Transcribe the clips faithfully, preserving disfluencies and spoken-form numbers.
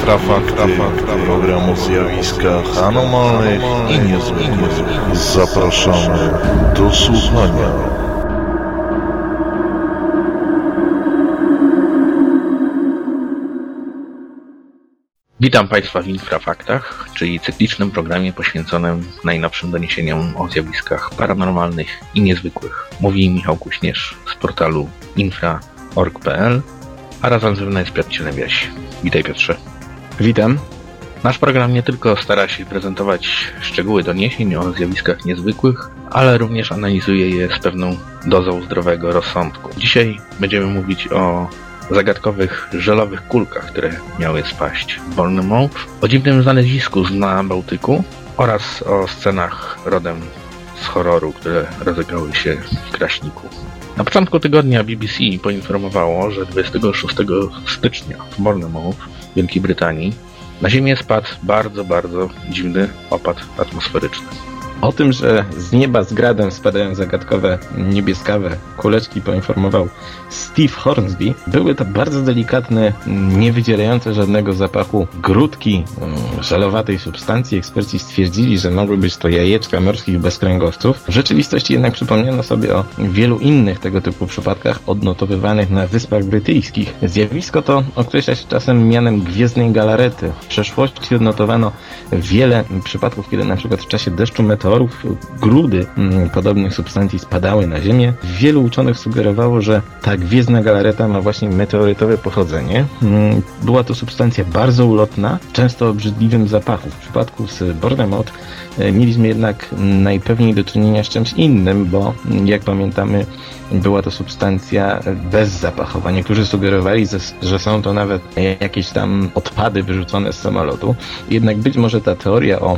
Infrafakty, program o zjawiskach anomalnych i niezwykłych. Zapraszamy do słuchania. Witam Państwa w Infrafaktach, czyli cyklicznym programie poświęconym najnowszym doniesieniom o zjawiskach paranormalnych i niezwykłych. Mówi Michał Kuśnierz z portalu infra kropka org kropka p l, a razem ze mną jest Piotr Cielebiaś. Witaj, Piotrze. Witam. Nasz program nie tylko stara się prezentować szczegóły doniesień o zjawiskach niezwykłych, ale również analizuje je z pewną dozą zdrowego rozsądku. Dzisiaj będziemy mówić o zagadkowych żelowych kulkach, które miały spaść w Bournemouth, o dziwnym znalezisku na Bałtyku oraz o scenach rodem z horroru, które rozegrały się w Kraśniku. Na początku tygodnia B B C poinformowało, że dwudziestego szóstego stycznia w Bournemouth, w Wielkiej Brytanii, na Ziemię spadł bardzo, bardzo dziwny opad atmosferyczny. O tym, że z nieba z gradem spadają zagadkowe niebieskawe kuleczki, poinformował Steve Hornsby. Były to bardzo delikatne, nie wydzielające żadnego zapachu grudki żelowatej substancji. Eksperci stwierdzili, że mogły być to jajeczka morskich bezkręgowców. W rzeczywistości jednak przypomniano sobie o wielu innych tego typu przypadkach odnotowywanych na Wyspach Brytyjskich. Zjawisko to określa się czasem mianem gwiezdnej galarety. W przeszłości odnotowano wiele przypadków, kiedy na przykład w czasie deszczu meteorów grudy mm, podobnych substancji spadały na Ziemię. Wielu uczonych sugerowało, że ta gwiezdna galareta ma właśnie meteorytowe pochodzenie. Mm, była to substancja bardzo ulotna, często o obrzydliwym zapachu. W przypadku z Bournemouth e, mieliśmy jednak najpewniej do czynienia z czymś innym, bo jak pamiętamy, była to substancja bezzapachowa. Niektórzy sugerowali, że są to nawet jakieś tam odpady wyrzucone z samolotu. Jednak być może ta teoria o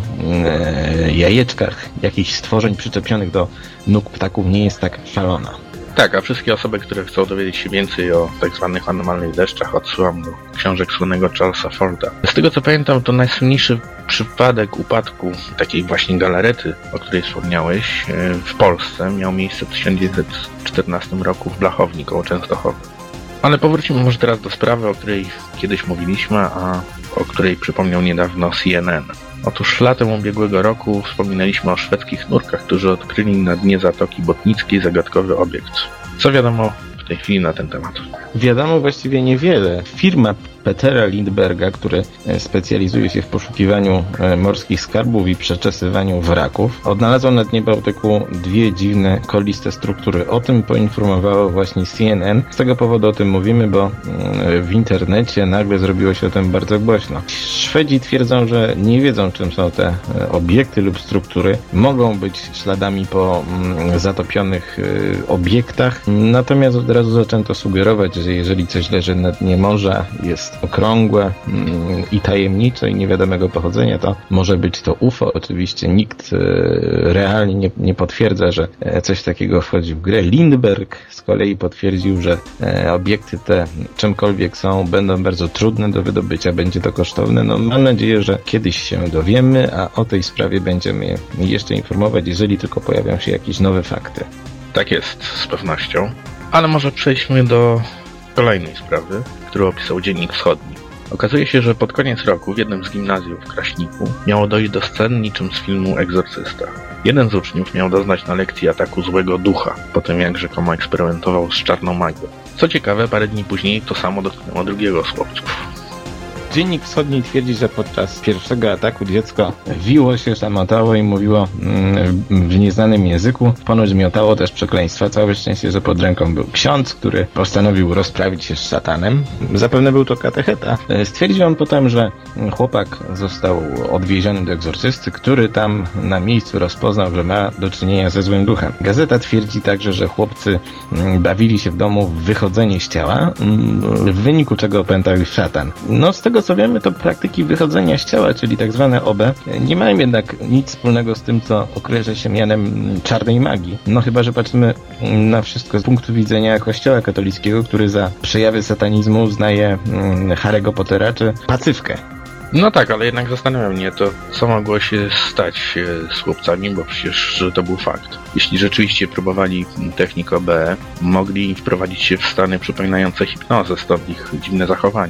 e, jajeczkach jakichś stworzeń przyczepionych do nóg ptaków nie jest tak szalona. Tak, a wszystkie osoby, które chcą dowiedzieć się więcej o tak zwanych anomalnych deszczach, odsyłam do książek słynnego Charlesa Forda. Z tego co pamiętam, to najsłynniejszy przypadek upadku takiej właśnie galarety, o której wspomniałeś, w Polsce miał miejsce w tysiąc dziewięćset czternastym roku w Blachowni koło Częstochowy. Ale powrócimy może teraz do sprawy, o której kiedyś mówiliśmy, a o której przypomniał niedawno C N N. Otóż latem ubiegłego roku wspominaliśmy o szwedzkich nurkach, którzy odkryli na dnie Zatoki Botnickiej zagadkowy obiekt. Co wiadomo w tej chwili na ten temat? Wiadomo właściwie niewiele. Firma Petera Lindberga, który specjalizuje się w poszukiwaniu morskich skarbów i przeczesywaniu wraków, odnalazł na dnie Bałtyku dwie dziwne, koliste struktury. O tym poinformowało właśnie C N N. Z tego powodu o tym mówimy, bo w internecie nagle zrobiło się o tym bardzo głośno. Szwedzi twierdzą, że nie wiedzą, czym są te obiekty lub struktury. Mogą być śladami po zatopionych obiektach. Natomiast od razu zaczęto sugerować, że jeżeli coś leży na dnie morza, jest okrągłe mm, i tajemnicze i niewiadomego pochodzenia, to może być to U F O. Oczywiście nikt e, realnie nie, nie potwierdza, że e, coś takiego wchodzi w grę. Lindberg z kolei potwierdził, że e, obiekty te, czymkolwiek są, będą bardzo trudne do wydobycia, będzie to kosztowne. No, mam nadzieję, że kiedyś się dowiemy, a o tej sprawie będziemy jeszcze informować, jeżeli tylko pojawią się jakieś nowe fakty. Tak jest, z pewnością. Ale może przejdźmy do kolejnej sprawy, którą opisał Dziennik Wschodni. Okazuje się, że pod koniec roku w jednym z gimnazjów w Kraśniku miało dojść do scen niczym z filmu Egzorcysta. Jeden z uczniów miał doznać na lekcji ataku złego ducha, po tym jak rzekomo eksperymentował z czarną magią. Co ciekawe, parę dni później to samo dotknęło drugiego z chłopców. Dziennik Wschodni twierdzi, że podczas pierwszego ataku dziecko wiło się, samotało i mówiło mm, w nieznanym języku. Ponoć miotało też przekleństwa. Całe szczęście, że pod ręką był ksiądz, który postanowił rozprawić się z szatanem. Zapewne był to katecheta. Stwierdził on potem, że chłopak został odwieziony do egzorcysty, który tam na miejscu rozpoznał, że ma do czynienia ze złym duchem. Gazeta twierdzi także, że chłopcy bawili się w domu w wychodzenie z ciała, w wyniku czego opętał ich szatan. No z tego co wiemy, to praktyki wychodzenia z ciała, czyli tak zwane O B, nie mają jednak nic wspólnego z tym, co określa się mianem czarnej magii. No chyba, że patrzymy na wszystko z punktu widzenia Kościoła katolickiego, który za przejawy satanizmu uznaje Harry'ego Pottera czy Pacyfkę. No tak, ale jednak zastanawia mnie to, co mogło się stać z chłopcami, bo przecież to był fakt. Jeśli rzeczywiście próbowali technik O B, mogli wprowadzić się w stany przypominające hipnozę, stąd ich dziwne zachowanie.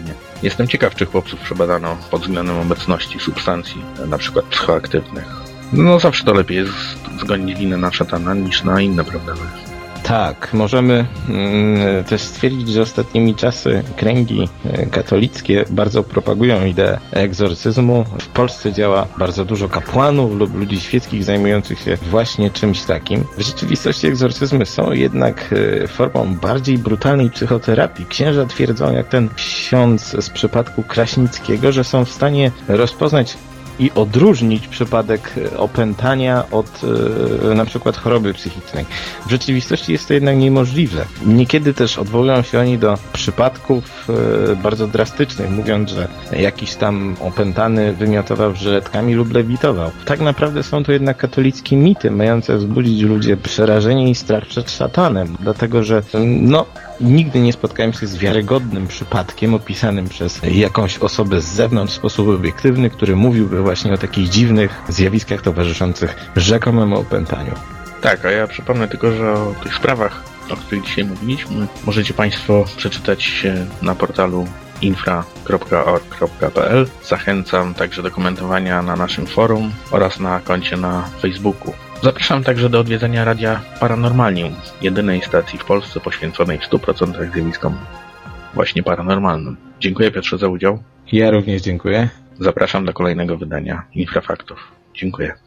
Jestem ciekaw, czy chłopców przebadano pod względem obecności substancji, na przykład psychoaktywnych. No zawsze to lepiej jest zgonić winę na szatana niż na inne problemy. Tak, możemy mm, też stwierdzić, że ostatnimi czasy kręgi katolickie bardzo propagują ideę egzorcyzmu. W Polsce działa bardzo dużo kapłanów lub ludzi świeckich zajmujących się właśnie czymś takim. W rzeczywistości egzorcyzmy są jednak formą bardziej brutalnej psychoterapii. Księża twierdzą, jak ten ksiądz z przypadku Kraśnickiego, że są w stanie rozpoznać i odróżnić przypadek opętania od e, na przykład choroby psychicznej. W rzeczywistości jest to jednak niemożliwe. Niekiedy też odwołują się oni do przypadków e, bardzo drastycznych, mówiąc, że jakiś tam opętany wymiotował żyletkami lub lewitował. Tak naprawdę są to jednak katolickie mity, mające wzbudzić w ludzie przerażenie i strach przed szatanem, dlatego że no nigdy nie spotkałem się z wiarygodnym przypadkiem opisanym przez jakąś osobę z zewnątrz w sposób obiektywny, który mówiłby właśnie o takich dziwnych zjawiskach towarzyszących rzekomemu opętaniu. Tak, a ja przypomnę tylko, że o tych sprawach, o których dzisiaj mówiliśmy, możecie Państwo przeczytać na portalu infra kropka org kropka p l. Zachęcam także do komentowania na naszym forum oraz na koncie na Facebooku. Zapraszam także do odwiedzenia Radia Paranormalium, jedynej stacji w Polsce poświęconej w stu procentach zjawiskom właśnie paranormalnym. Dziękuję, Piotrze, za udział. Ja również dziękuję. Zapraszam do kolejnego wydania Infrafaktów. Dziękuję.